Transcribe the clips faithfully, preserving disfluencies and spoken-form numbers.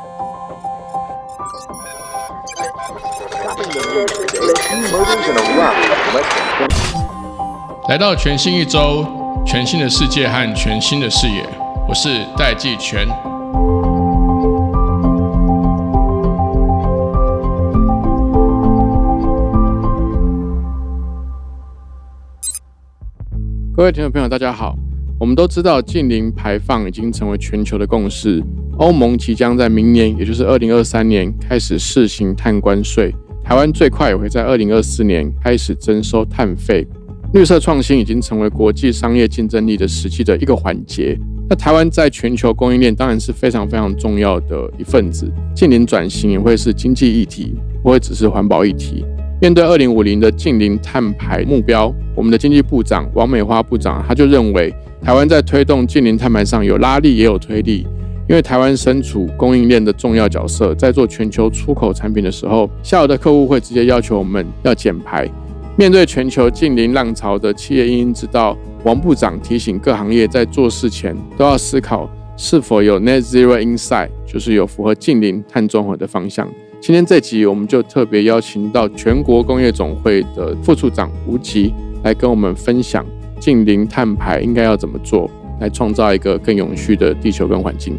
来到全新一周，全新的世界和全新的视野，我是戴季全。各位听众朋友大家好，我们都知道净零排放已经成为全球的共识，欧盟即将在明年也就是二零二三年开始试行碳关税，台湾最快也会在二零二四年开始征收碳费。绿色创新已经成为国际商业竞争力的实际的一个环节。那台湾在全球供应链当然是非常非常重要的一份子，净零转型也会是经济议题，不会只是环保议题。面对二零五零的净零碳排目标，我们的经济部长王美花部长他就认为，台湾在推动净零碳排上有拉力也有推力，因为台湾身处供应链的重要角色，在做全球出口产品的时候，下游的客户会直接要求我们要减排。面对全球净零浪潮的企业因应之道，王部长提醒各行业在做事前都要思考是否有 Net Zero Insight， 就是有符合净零碳中和的方向。今天这集我们就特别邀请到全国工业总会的副处长吴吉来跟我们分享净零碳排应该要怎么做，来创造一个更永续的地球跟环境。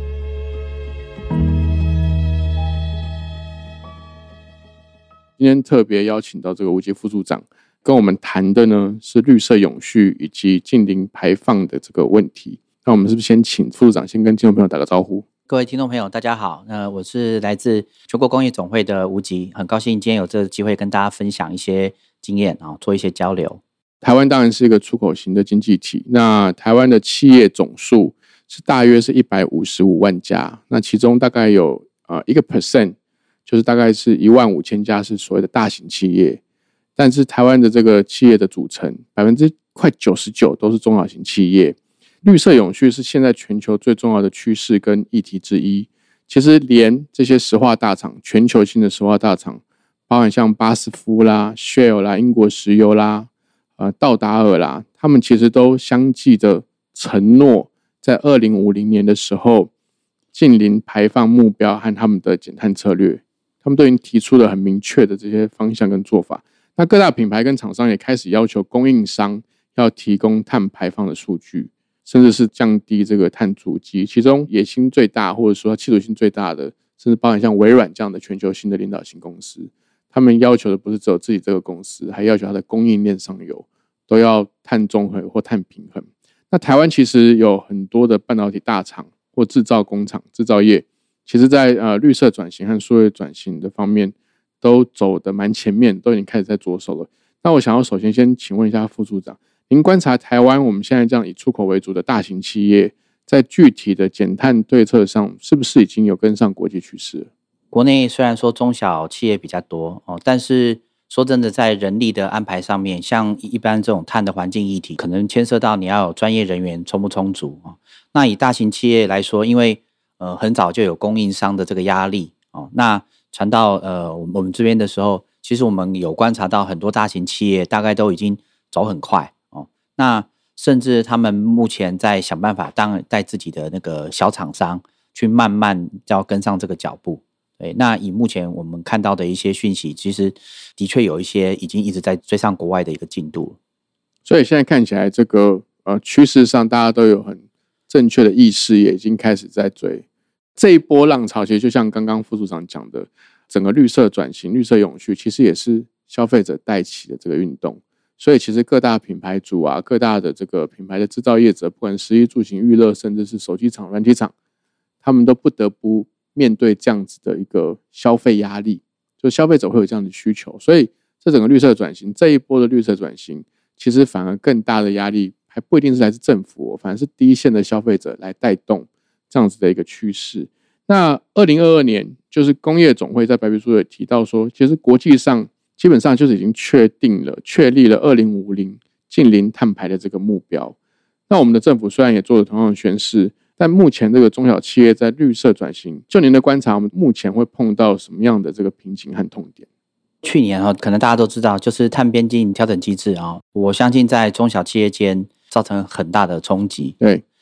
今天特别邀请到这个吴吉副处长跟我们谈的呢是绿色永续以及净零排放的这个问题。那我们是不是先请副处长先跟听众朋友打个招呼？ 各位听众朋友大家好，那我是来自全国工业总会的吴吉，很高兴今天有这个机会跟大家分享一些经验，做一些交流。 台湾当然是一个出口型的经济体，那台湾的企业总数是大约是一百五十五万家，那其中大概有呃一个 percent， 就是大概是一万五千家是所谓的大型企业，但是台湾的这个企业的组成百分之快九十九都是中小型企业。绿色永续是现在全球最重要的趋势跟议题之一。其实连这些石化大厂，全球性的石化大厂，包含像巴斯夫啦、Shell 啦、英国石油啦、呃道达尔啦，他们其实都相继的承诺，在二零五零年的时候，净零排放目标和他们的减碳策略，他们都已经提出了很明确的这些方向跟做法。那各大品牌跟厂商也开始要求供应商要提供碳排放的数据，甚至是降低这个碳足迹。其中野心最大或者说企图心最大的，甚至包含像微软这样的全球性的领导型公司，他们要求的不是只有自己这个公司，还要求它的供应链上游都要碳中和或碳平衡。那台湾其实有很多的半导体大厂或制造工厂、制造业，其实在呃绿色转型和数位转型的方面都走得蛮前面，都已经开始在着手了。那我想要首先先请问一下副处长，您观察台湾我们现在这样以出口为主的大型企业，在具体的减碳对策上，是不是已经有跟上国际趋势了？ 国内虽然说中小企业比较多，但是说真的，在人力的安排上面，像一般这种碳的环境议题，可能牵涉到你要有专业人员充不充足。那以大型企业来说，因为呃很早就有供应商的这个压力，那传到呃我们这边的时候，其实我们有观察到很多大型企业大概都已经走很快。那甚至他们目前在想办法，当然带自己的那个小厂商去慢慢要跟上这个脚步。对，那以目前我们看到的一些讯息，其实的确有一些已经一直在追上国外的一个进度。 所以现在看起来，这个呃趋势上大家都有很正确的意识，也已经开始在追这一波浪潮。其实就像刚刚副处长讲的，整个绿色转型、绿色永续，其实也是消费者带起的这个运动。所以其实各大品牌主啊，各大的这个品牌的制造业者，不管食衣住行娱乐，甚至是手机厂、软体厂，他们都不得不面对这样子的一个消费压力，就消费者会有这样的需求。所以这整个绿色转型，这一波的绿色转型，其实反而更大的压力还不一定是来自政府，反而是第一线的消费者来带动这样子的一个趋势。那二零二二年，就是工业总会在白皮书也提到说，其实国际上基本上就是已经确定了、确立了二零五零净零碳排的这个目标。那我们的政府虽然也做了同样的宣示，但目前这个中小企业在绿色转型，就您的观察，我们目前会碰到什么样的这个瓶颈和痛点？ 去年可能大家都知道，就是碳边境调整机制，我相信在中小企业间造成很大的冲击。 对，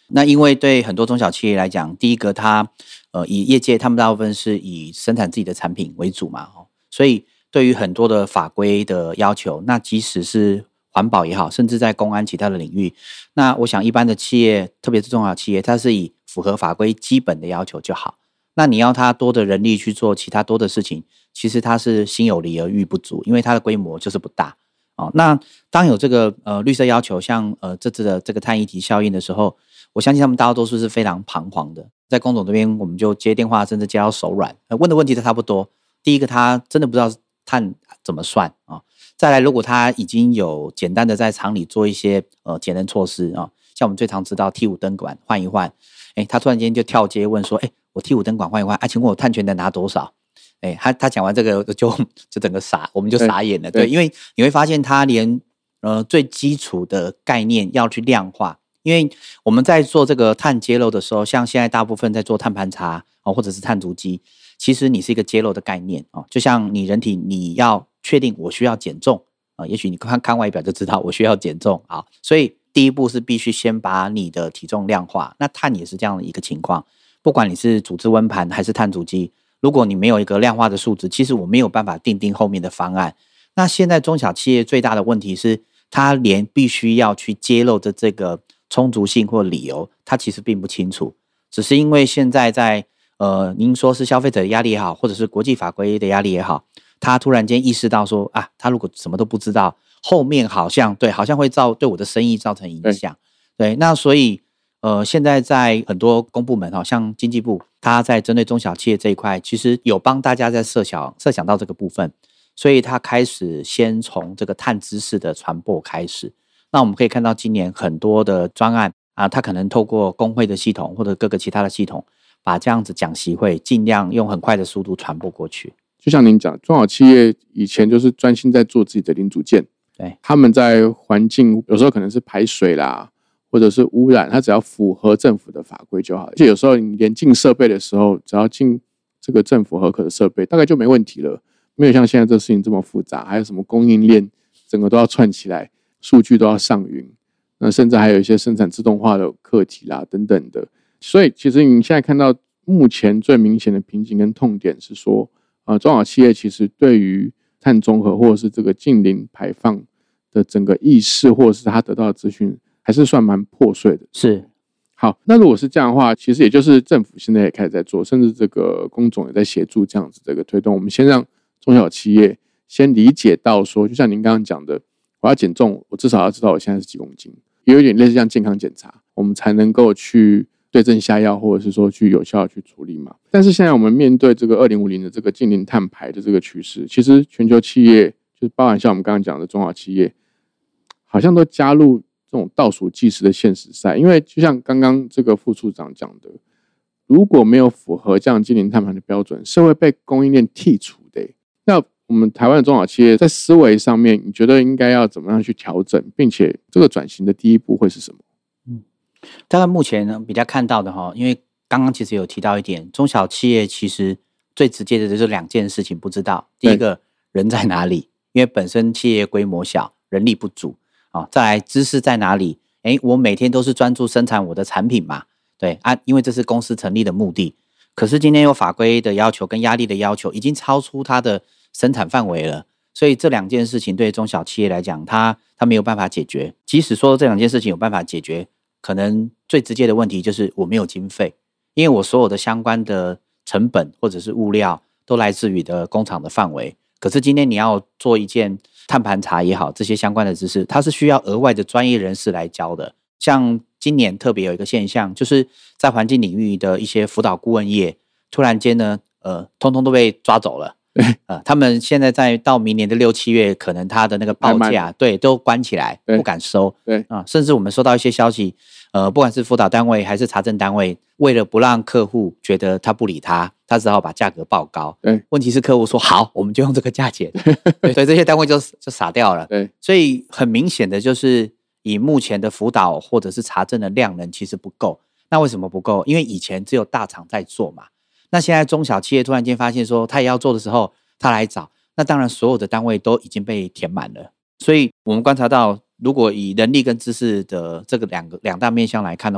那因为对很多中小企业来讲，第一个它呃以业界他们大部分是以生产自己的产品为主嘛，所以对于很多的法规的要求，那即使是环保也好，甚至在公安其他的领域，那我想一般的企业，特别是中小企业，它是以符合法规基本的要求就好。那你要它多的人力去做其他多的事情，其实它是心有余而力不足，因为它的规模就是不大。哦，那当有这个呃绿色要求，像呃这次的这个碳议题效应的时候，我相信他们大多数是非常彷徨的。在工总这边，我们就接电话，甚至接到手软，呃、问的问题都差不多。第一个，他真的不知道碳怎么算啊、哦？再来，如果他已经有简单的在厂里做一些呃节能措施啊、哦，像我们最常知道 T 五 灯管换一换，哎，他突然间就跳接问说，哎，我 T 五 灯管换一换，啊，请问我碳权能拿多少？哎，他他讲完这个就就整个傻，我们就傻眼了，对，对，因为你会发现他连呃最基础的概念要去量化，因为我们在做这个碳揭露的时候，像现在大部分在做碳盘查哦，或者是碳足迹，其实你是一个揭露的概念哦，就像你人体你要确定我需要减重啊、呃，也许你看看外表就知道我需要减重啊，所以第一步是必须先把你的体重量化，那碳也是这样的一个情况，不管你是组织温盘还是碳足迹。如果你没有一个量化的数值，其实我没有办法订定后面的方案。那现在中小企业最大的问题是，它连必须要去揭露的这个充足性或理由，它其实并不清楚。只是因为现在在呃，您说是消费者的压力也好，或者是国际法规的压力也好，他突然间意识到说啊，他如果什么都不知道，后面好像对，好像会造对我的生意造成影响。对，对，那所以。呃，现在在很多公部门，好像经济部，他在针对中小企业这一块，其实有帮大家在设想设想到这个部分，所以他开始先从这个碳知识的传播开始。那我们可以看到，今年很多的专案啊，他可能透过工会的系统或者各个其他的系统，把这样子讲习会尽量用很快的速度传播过去。 就像您讲，中小企业以前就是专心在做自己的零组件， 对， 他们在环境有时候可能是排水啦。或者是污染，它只要符合政府的法规就好。而且有时候你连进设备的时候，只要进这个政府核可的设备，大概就没问题了。没有像现在这事情这么复杂，还有什么供应链，整个都要串起来，数据都要上云，那甚至还有一些生产自动化的课题啦等等的。所以其实你现在看到目前最明显的瓶颈跟痛点是说，呃，中小企业其实对于碳中和或者是这个净零排放的整个意识，或者是他得到的资讯，还是算蛮破碎的。 是， 好，那如果是这样的话，其实也就是政府现在也开始在做，甚至这个工总也在协助这样子这个推动。我们先让中小企业先理解到说，就像您刚刚讲的，我要减重，我至少要知道我现在是几公斤，也有点类似像健康检查，我们才能够去对症下药，或者是说去有效的去处理嘛。但是现在我们面对这个二零五零的这个净零碳排的这个趋势，其实全球企业就是包含像我们刚刚讲的中小企业，好像都加入这种倒数计时的现实赛，因为就像刚刚这个副处长讲的，如果没有符合这样净零碳排的标准，是会被供应链剔除的。那我们台湾的中小企业在思维上面，你觉得应该要怎么样去调整，并且这个转型的第一步会是什么？ 嗯，大概目前呢比较看到的哈，因为刚刚其实有提到一点，中小企业其实最直接的就是两件事情不知道，第一个人在哪里，因为本身企业规模小，人力不足。哦、再来知识在哪里？诶，我每天都是专注生产我的产品嘛，对啊，因为这是公司成立的目的。可是今天有法规的要求跟压力的要求，已经超出它的生产范围了，所以这两件事情对中小企业来讲，它它没有办法解决。即使说这两件事情有办法解决，可能最直接的问题就是我没有经费，因为我所有的相关的成本或者是物料都来自于的工厂的范围。可是今天你要做一件碳盘查也好，这些相关的知识，它是需要额外的专业人士来教的。像今年特别有一个现象，就是在环境领域的一些辅导顾问业，突然间呢，呃，通通都被抓走了。呃，他们现在在到明年的六七月，可能他的那个报价，对，都关起来，不敢收。 对啊、呃，甚至我们收到一些消息，呃，不管是辅导单位还是查证单位，为了不让客户觉得他不理他，他只好把价格报高。 对， 问题是客户说好，我们就用这个价钱，对，所以这些单位就就傻掉了。 对， 所以很明显的就是，以目前的辅导或者是查证的量能其实不够。那为什么不够？因为以前只有大厂在做嘛。那现在中小企业突然间发现说他也要做的时候，他来找，那当然所有的单位都已经被填满了。所以我们观察到，如果以人力跟知识的这个两个两大面向来看的话，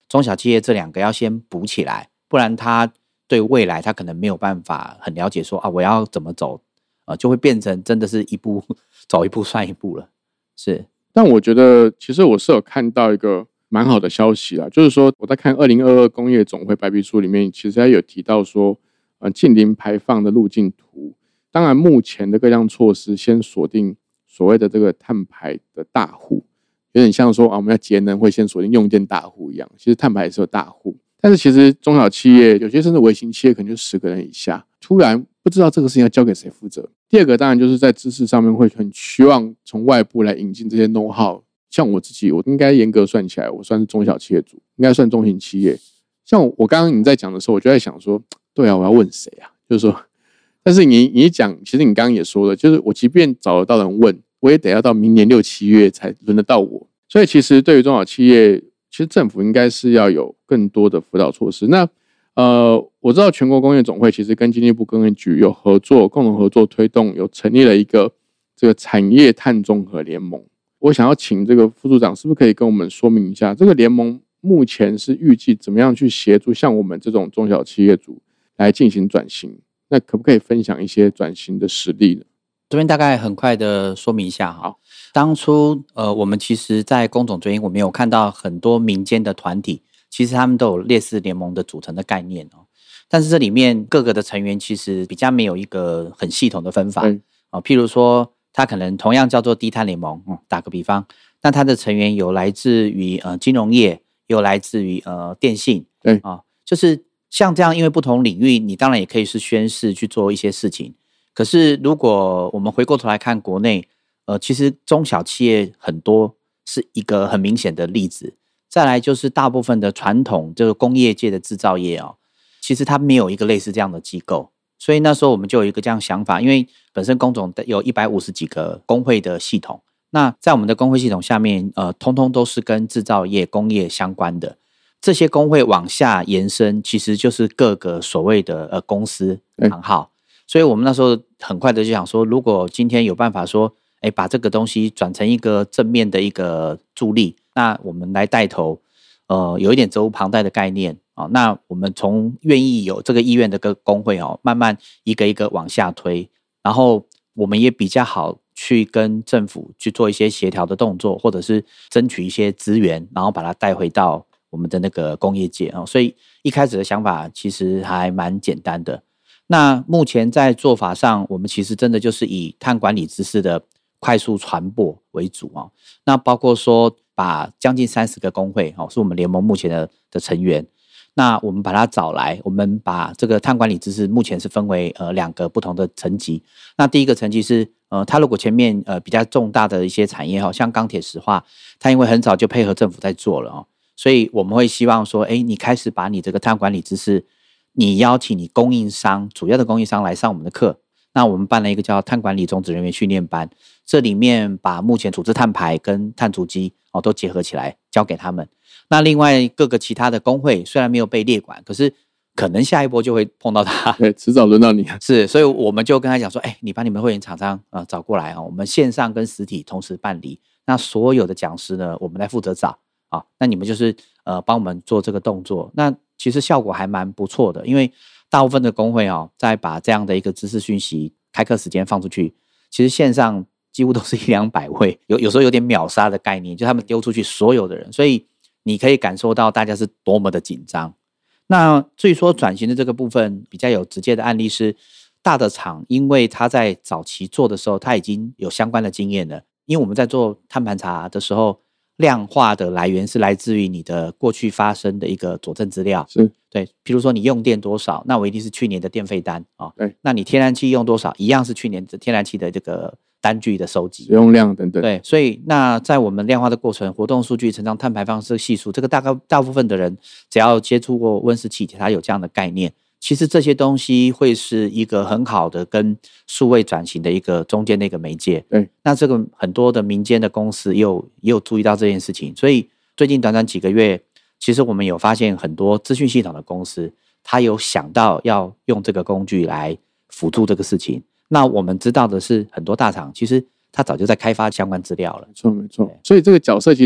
中小企业这两个要先补起来，不然他对未来他可能没有办法很了解说啊，我要怎么走，呃，就会变成真的是一步走一步算一步了。是， 但我觉得其实我是有看到一个蛮好的消息啦，就是说我在看二零二二工业总会白皮书里面，其实还有提到说，呃，近零排放的路径图。当然，目前的各项措施先锁定所谓的这个碳排的大户，有点像说啊，我们要节能会先锁定用电大户一样。其实碳排也是有大户，但是其实中小企业，有些甚至微型企业可能就十个人以下，突然不知道这个事情要交给谁负责。第二个当然就是在知识上面会很希望从外部来引进这些 know how。像我自己，我应该严格算起来，我算是中小企业主，应该算中型企业。像我刚刚你在讲的时候，我就在想说，对啊，我要问谁啊？就是说，但是你你一讲，其实你刚刚也说了，就是我即便找得到人问，我也得要到明年六七月才轮得到我。所以其实对于中小企业，其实政府应该是要有更多的辅导措施。那呃，我知道全国工业总会其实跟经济部工业局有合作，共同合作推动，有成立了一个这个产业碳综合联盟。我想要请这个副处长，是不是可以跟我们说明一下，这个联盟目前是预计怎么样去协助像我们这种中小企业主来进行转型？那可不可以分享一些转型的实例呢？ 这边大概很快的说明一下哈。当初呃，我们其实在工总最近，我们有看到很多民间的团体，其实他们都有类似联盟的组成的概念哦。但是这里面各个的成员其实比较没有一个很系统的分法啊。譬如说，它可能同样叫做低碳联盟，嗯，打个比方，那它的成员有来自于呃金融业，有来自于呃电信， 对啊，就是像这样，因为不同领域，你当然也可以是宣誓去做一些事情。可是如果我们回过头来看国内，呃，其实中小企业很多是一个很明显的例子。再来就是大部分的传统这个工业界的制造业哦，其实它没有一个类似这样的机构。所以那时候我们就有一个这样想法，因为本身工总有一百五十几个工会的系统，那在我们的工会系统下面，呃，通通都是跟制造业、工业相关的。这些工会往下延伸，其实就是各个所谓的呃公司行号。所以我们那时候很快的就想说，如果今天有办法说，哎，把这个东西转成一个正面的一个助力，那我们来带头，呃，有一点责无旁贷的概念啊、哦。那我们从愿意有这个意愿的个工会哦，慢慢一个一个往下推，然后我们也比较好去跟政府去做一些协调的动作，或者是争取一些资源，然后把它带回到我们的那个工业界啊、哦。所以一开始的想法其实还蛮简单的。那目前在做法上，我们其实真的就是以碳管理知识的快速传播为主啊。那包括说把将近三十个工会哦，是我们联盟目前的的成员。那我们把它找来，我们把这个碳管理知识目前是分为呃两个不同的层级。那第一个层级是呃，它如果前面呃比较重大的一些产业哈，像钢铁石化，它因为很早就配合政府在做了哦，所以我们会希望说，哎，你开始把你这个碳管理知识。你邀请你供应商主要的供应商来上我们的课，那我们办了一个叫碳管理种子人员训练班，这里面把目前处置碳排跟碳足迹哦都结合起来教给他们。那另外各个其他的工会虽然没有被列管，可是可能下一波就会碰到他， 对，迟早轮到你。 是，所以我们就跟他讲说，哎，你把你们会员厂商啊、呃、找过来啊、哦，我们线上跟实体同时办理。那所有的讲师呢，我们来负责找啊、哦，那你们就是呃帮我们做这个动作。那其实效果还蛮不错的，因为大部分的工会哦，在把这样的一个知识讯息开课时间放出去，其实线上几乎都是一两百位，有有时候有点秒杀的概念，就他们丢出去所有的人，所以你可以感受到大家是多么的紧张。那至于说转型的这个部分，比较有直接的案例是大的厂，因为他在早期做的时候，他已经有相关的经验了。因为我们在做碳盘查的时候，量化的来源是来自于你的过去发生的一个佐证资料， 是对，譬如说你用电多少，那我一定是去年的电费单啊、哦， 对， 那你天然气用多少，一样是去年的天然气的这个单据的收集， 使用量等等， 对，所以那在我们量化的过程，活动数据、成长碳排放这个系数，这个大概大部分的人只要接触过温室气体，他有这样的概念。其实这些东西会是一个很好的跟数位转型的一个中间的一个媒介。 对， 那这个很多的民间的公司也有也有注意到这件事情，所以最近短短几个月，其实我们有发现很多资讯系统的公司，他有想到要用这个工具来辅助这个事情。那我们知道的是，很多大厂其实他早就在开发相关资料了。 没错没错。所以这个角色其实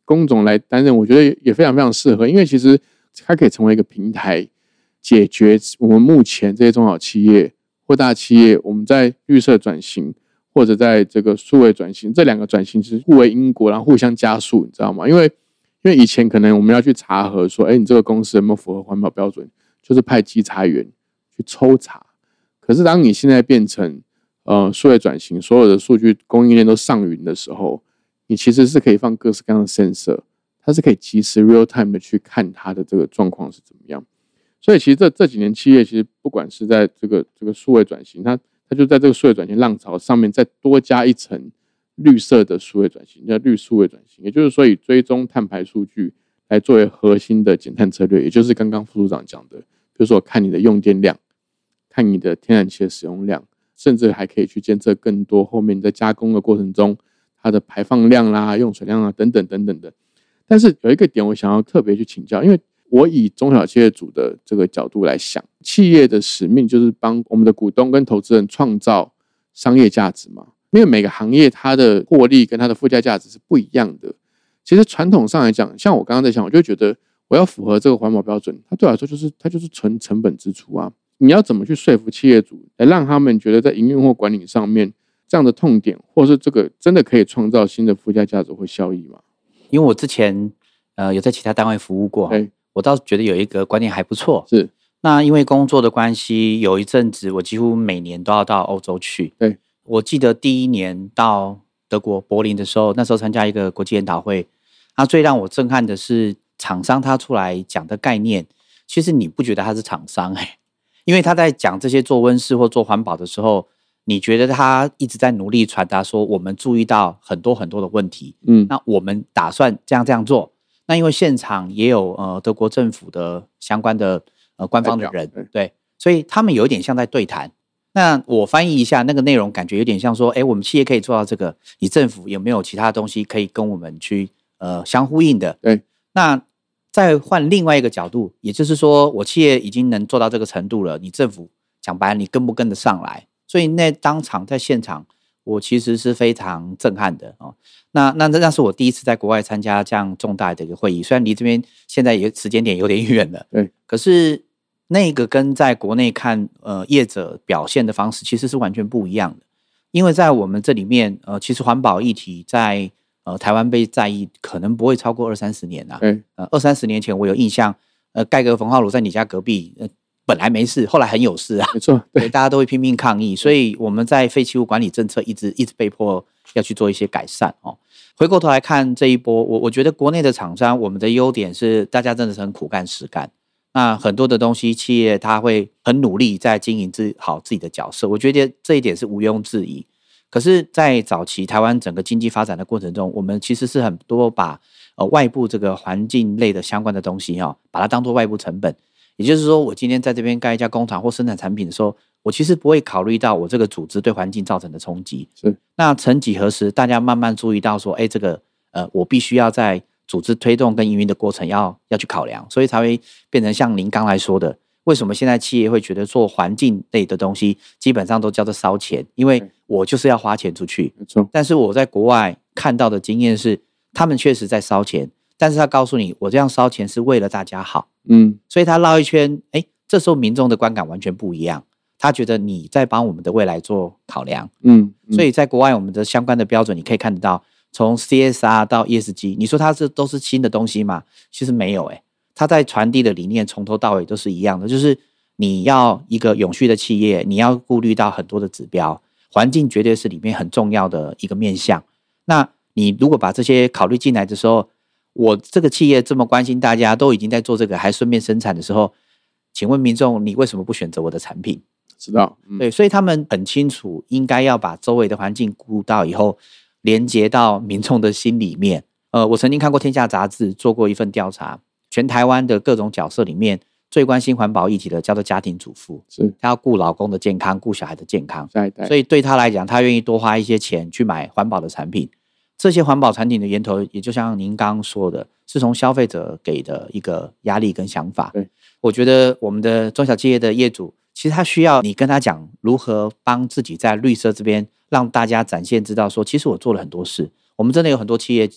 工种来担任，我觉得也非常非常适合，因为其实它可以成为一个平台，解决我们目前这些中小企业或大企业，我们在绿色转型或者在这个数位转型这两个转型是互为因果，然后互相加速，你知道吗？因为因为以前可能我们要去查核说，哎，你这个公司有没有符合环保标准，就是派稽查员去抽查。可是当你现在变成呃数位转型，所有的数据供应链都上云的时候，你其实是可以放各式各样的 sensor， 它是可以及时 real time 的去看它的这个状况是怎么样。所以其实这这几年企业其实不管是在这个这个数位转型，它它就在这个数位转型浪潮上面再多加一层绿色的数位转型，叫绿数位转型，也就是说以追踪碳排数据来作为核心的减碳策略，也就是刚刚副处长讲的，比如说看你的用电量，看你的天然气的使用量，甚至还可以去监测更多后面在加工的过程中它的排放量啦、用水量啊等等等等的。但是有一个点我想要特别去请教，因为我以中小企业主的这个角度来想，企业的使命就是帮我们的股东跟投资人创造商业价值嘛。因为每个行业它的获利跟它的附加价值是不一样的。其实传统上来讲，像我刚刚在想，我就会觉得我要符合这个环保标准，它对我来说就是它就是纯成本支出啊。你要怎么去说服企业主，来让他们觉得在营运或管理上面这样的痛点，或是这个真的可以创造新的附加价值或效益吗？ 因为我之前呃有在其他单位服务过，我倒觉得有一个观念还不错。 是， 那因为工作的关系，有一阵子我几乎每年都要到欧洲去。 对， 我记得第一年到德国柏林的时候，那时候参加一个国际研讨会，那最让我震撼的是厂商他出来讲的概念，其实你不觉得他是厂商、欸、因为他在讲这些做温室或做环保的时候，你觉得他一直在努力传达说我们注意到很多很多的问题，嗯，那我们打算这样这样做。那因为现场也有呃德国政府的相关的呃官方的人，对，所以他们有一点像在对谈。那我翻译一下那个内容，感觉有点像说，哎，我们企业可以做到这个，你政府有没有其他东西可以跟我们去呃相呼应的？ 对。 那再换另外一个角度，也就是说，我企业已经能做到这个程度了，你政府讲白了，你跟不跟得上来？所以那当场在现场，我其实是非常震撼的哦。那那那是我第一次在国外参加这样重大的一个会议，虽然离这边现在也时间点有点远了， 对， 可是那个跟在国内看呃业者表现的方式其实是完全不一样的。因为在我们这里面，呃，其实环保议题在呃台湾被在意，可能不会超过二三十年啊。 对， 呃，二三十年前我有印象，呃，盖个焚化炉在你家隔壁，呃，本来没事，后来很有事啊。 没错，对， 大家都会拼命抗议，所以我们在废弃物管理政策一直一直被迫要去做一些改善哦。回过头来看这一波，我我觉得国内的厂商，我们的优点是大家真的是很苦干实干。那很多的东西，企业它会很努力在经营自好自己的角色，我觉得这一点是毋庸置疑。可是，在早期台湾整个经济发展的过程中，我们其实是很多把呃外部这个环境类的相关的东西哈、哦，把它当作外部成本。也就是说，我今天在这边盖一家工厂或生产产品的时候，我其实不会考虑到我这个组织对环境造成的冲击。 是。那曾几何时，大家慢慢注意到说，哎，这个呃，我必须要在组织推动跟营运的过程要要去考量，所以才会变成像您刚才说的，为什么现在企业会觉得做环境类的东西基本上都叫做烧钱，因为我就是要花钱出去。 没错。 但是我在国外看到的经验是，他们确实在烧钱，但是他告诉你，我这样烧钱是为了大家好。嗯，所以他绕一圈，哎，这时候民众的观感完全不一样，他觉得你在帮我们的未来做考量。嗯，嗯所以在国外我们的相关的标准，你可以看得到。从 C S R 到 E S G， 你说它这都是新的东西吗？其实没有、欸、它在传递的理念从头到尾都是一样的，就是你要一个永续的企业，你要顾虑到很多的指标，环境绝对是里面很重要的一个面向。那你如果把这些考虑进来的时候，我这个企业这么关心大家，都已经在做这个，还顺便生产的时候，请问民众你为什么不选择我的产品？ 知道、 嗯、对，所以他们很清楚应该要把周围的环境顾到以后连接到民众的心里面。呃，我曾经看过《天下》杂志做过一份调查，全台湾的各种角色里面，最关心环保议题的叫做家庭主妇，是她要顾老公的健康，顾小孩的健康，下一代。所以对她来讲，她愿意多花一些钱去买环保的产品。这些环保产品的源头，也就像您刚刚说的，是从消费者给的一个压力跟想法。对，我觉得我们的中小企业的业主，其实他需要你跟他讲如何帮自己在绿色这边让大家展现知道说，其实我做了很多事。我们真的有很多企业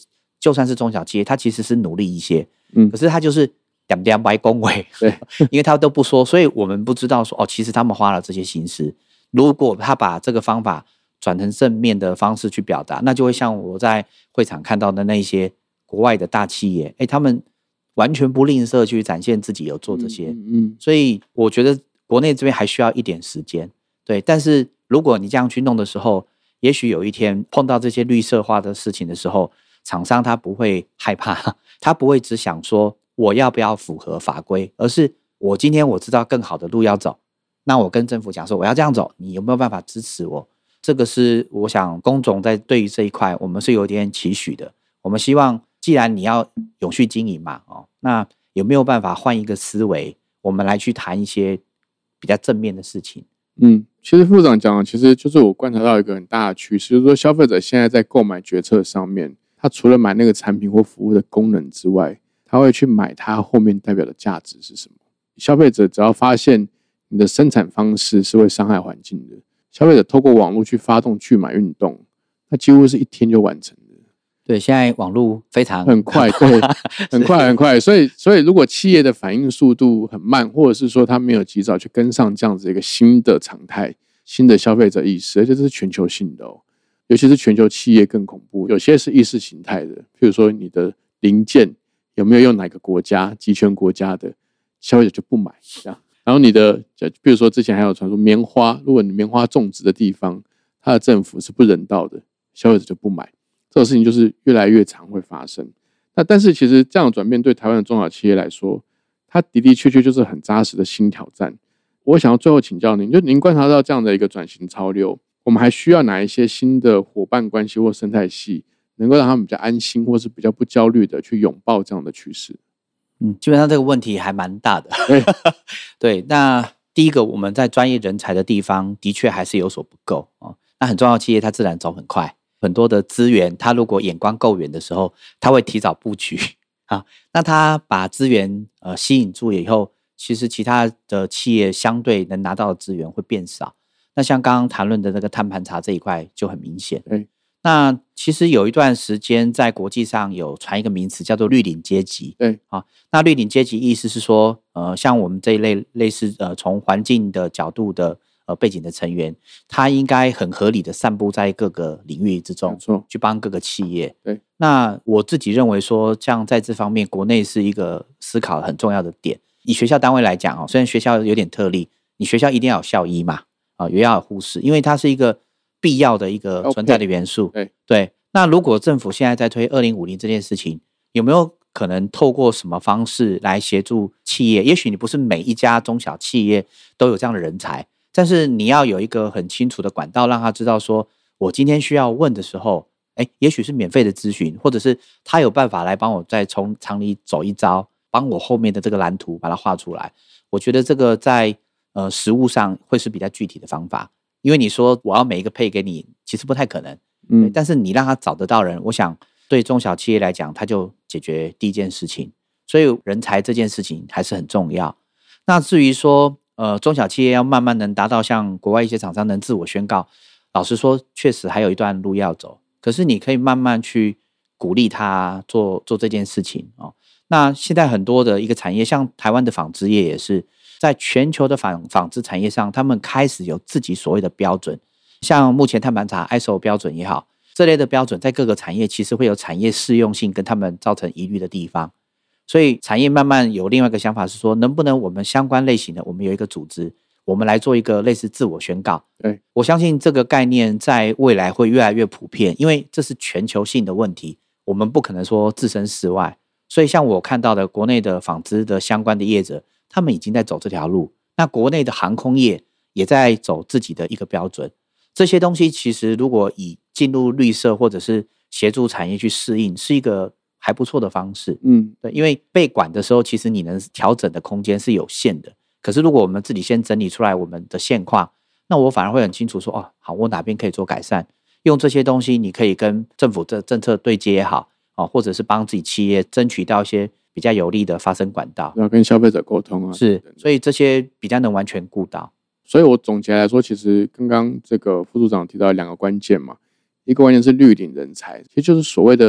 就算是中小企业，它其实是努力一些， 嗯， 可是它就是点点白恭维， 对， 因为他都不说，所以我们不知道说哦，其实他们花了这些心思。如果他把这个方法转成正面的方式去表达，那就会像我在会场看到的那些国外的大企业，哎，他们完全不吝啬去展现自己有做这些， 嗯 嗯, 嗯， 所以我觉得国内这边还需要一点时间，对。但是如果你这样去弄的时候，也许有一天碰到这些绿色化的事情的时候，厂商他不会害怕，他不会只想说我要不要符合法规，而是我今天我知道更好的路要走，那我跟政府讲说我要这样走，你有没有办法支持我？这个是我想工总在对于这一块我们是有点期许的。我们希望既然你要永续经营嘛，哦，那有没有办法换一个思维，我们来去谈一些比较正面的事情？ 嗯，其实副长讲的其实就是我观察到一个很大的趋势，就是说消费者现在在购买决策上面，他除了买那个产品或服务的功能之外，他会去买它后面代表的价值是什么。消费者只要发现你的生产方式是会伤害环境的，消费者透过网络去发动去买运动，那几乎是一天就完成的。 对，现在网络非常很快，对，很快很快。所以，所以如果企业的反应速度很慢，或者是说他没有及早去跟上这样子一个新的常态、新的消费者意识，而且这是全球性的哦，尤其是全球企业更恐怖，有些是意识形态的，譬如说你的零件有没有用哪个国家、集权国家的，消费者就不买这样。然后你的，比如说之前还有传说棉花，如果你棉花种植的地方，它的政府是不人道的，消费者就不买。这种事情就是越来越常会发生。那但是其实这样的转变对台湾的中小企业来说，它的的确确就是很扎实的新挑战。我想要最后请教您，就您观察到这样的一个转型潮流，我们还需要哪一些新的伙伴关系或生态系，能够让他们比较安心或是比较不焦虑的去拥抱这样的趋势？ 嗯，基本上这个问题还蛮大的。对，对。那第一个，我们在专业人才的地方的确还是有所不够哦。那很重要的企业，它自然走很快。很多的资源，他如果眼光够远的时候，他会提早布局啊。那他把资源呃吸引住以后，其实其他的企业相对能拿到的资源会变少。那像刚刚谈论的那个碳盘查这一块就很明显。 对， 那其实有一段时间在国际上有传一个名词叫做绿领阶级。 对啊，那绿领阶级意思是说，呃，像我们这一类类似呃从环境的角度的。呃，背景的成员，他应该很合理的散布在各个领域之中，去帮各个企业。 对， 那我自己认为说，这样在这方面，国内是一个思考很重要的点。以学校单位来讲哦，虽然学校有点特例，你学校一定要有校医嘛，啊、呃，也要有护士，因为它是一个必要的一个存在的元素。 Okay, 对对。那如果政府现在在推二零五零这件事情，有没有可能透过什么方式来协助企业？也许你不是每一家中小企业都有这样的人才。但是你要有一个很清楚的管道，让他知道说，我今天需要问的时候，哎，也许是免费的咨询，或者是他有办法来帮我再从厂里走一遭，帮我后面的这个蓝图把它画出来。我觉得这个在呃实务上会是比较具体的方法，因为你说我要每一个配给你，其实不太可能。嗯，但是你让他找得到人，我想对中小企业来讲，他就解决第一件事情。所以人才这件事情还是很重要。那至于说，呃，中小企业要慢慢能达到像国外一些厂商能自我宣告，老实说，确实还有一段路要走。可是你可以慢慢去鼓励他做做这件事情哦。那现在很多的一个产业，像台湾的纺织业也是，在全球的纺纺织产业上，他们开始有自己所谓的标准，像目前碳盘查 I S O 标准也好，这类的标准在各个产业其实会有产业适用性跟他们造成疑虑的地方。所以产业慢慢有另外一个想法是说，能不能我们相关类型的，我们有一个组织，我们来做一个类似自我宣告。 对， 我相信这个概念在未来会越来越普遍，因为这是全球性的问题，我们不可能说置身事外。所以像我看到的国内的纺织的相关的业者，他们已经在走这条路。那国内的航空业也在走自己的一个标准。这些东西其实如果以进入绿色或者是协助产业去适应，是一个还不错的方式。嗯，对，因为被管的时候，其实你能调整的空间是有限的。可是如果我们自己先整理出来我们的现况，那我反而会很清楚说，哦，好，我哪边可以做改善。用这些东西，你可以跟政府的政策对接也好，哦，或者是帮自己企业争取到一些比较有利的发声管道， 要跟消费者沟通啊。 是，所以这些比较能完全顾到。 所以我总结来说，其实刚刚这个副处长提到两个关键嘛，一个关键是绿领人才，其实就是所谓的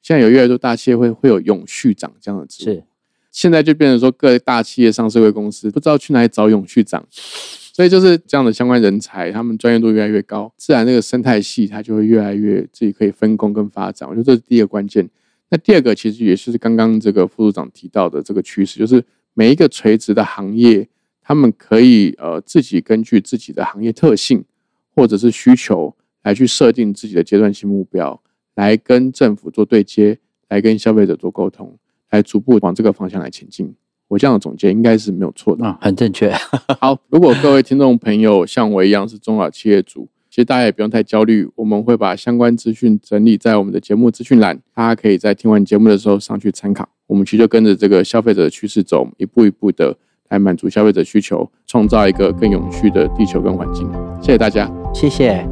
现在有越来越多大企业会会有永续长这样的职务， 是现在就变成说各大企业上市会公司不知道去哪里找永续长，所以就是这样的相关人才，他们专业度越来越高，自然那个生态系它就会越来越自己可以分工跟发展。我觉得这是第一个关键。那第二个其实也是刚刚这个副处长提到的这个趋势，就是每一个垂直的行业，他们可以呃自己根据自己的行业特性或者是需求来去设定自己的阶段性目标，来跟政府做对接，来跟消费者做沟通，来逐步往这个方向来前进。我这样的总结应该是没有错的。 嗯，很正确。 好，如果各位听众朋友像我一样是中小企业主，其实大家也不用太焦虑，我们会把相关资讯整理在我们的节目资讯栏，大家可以在听完节目的时候上去参考。我们其实就跟着这个消费者的趋势走，一步一步的来满足消费者需求，创造一个更永续的地球跟环境。谢谢大家， 谢谢。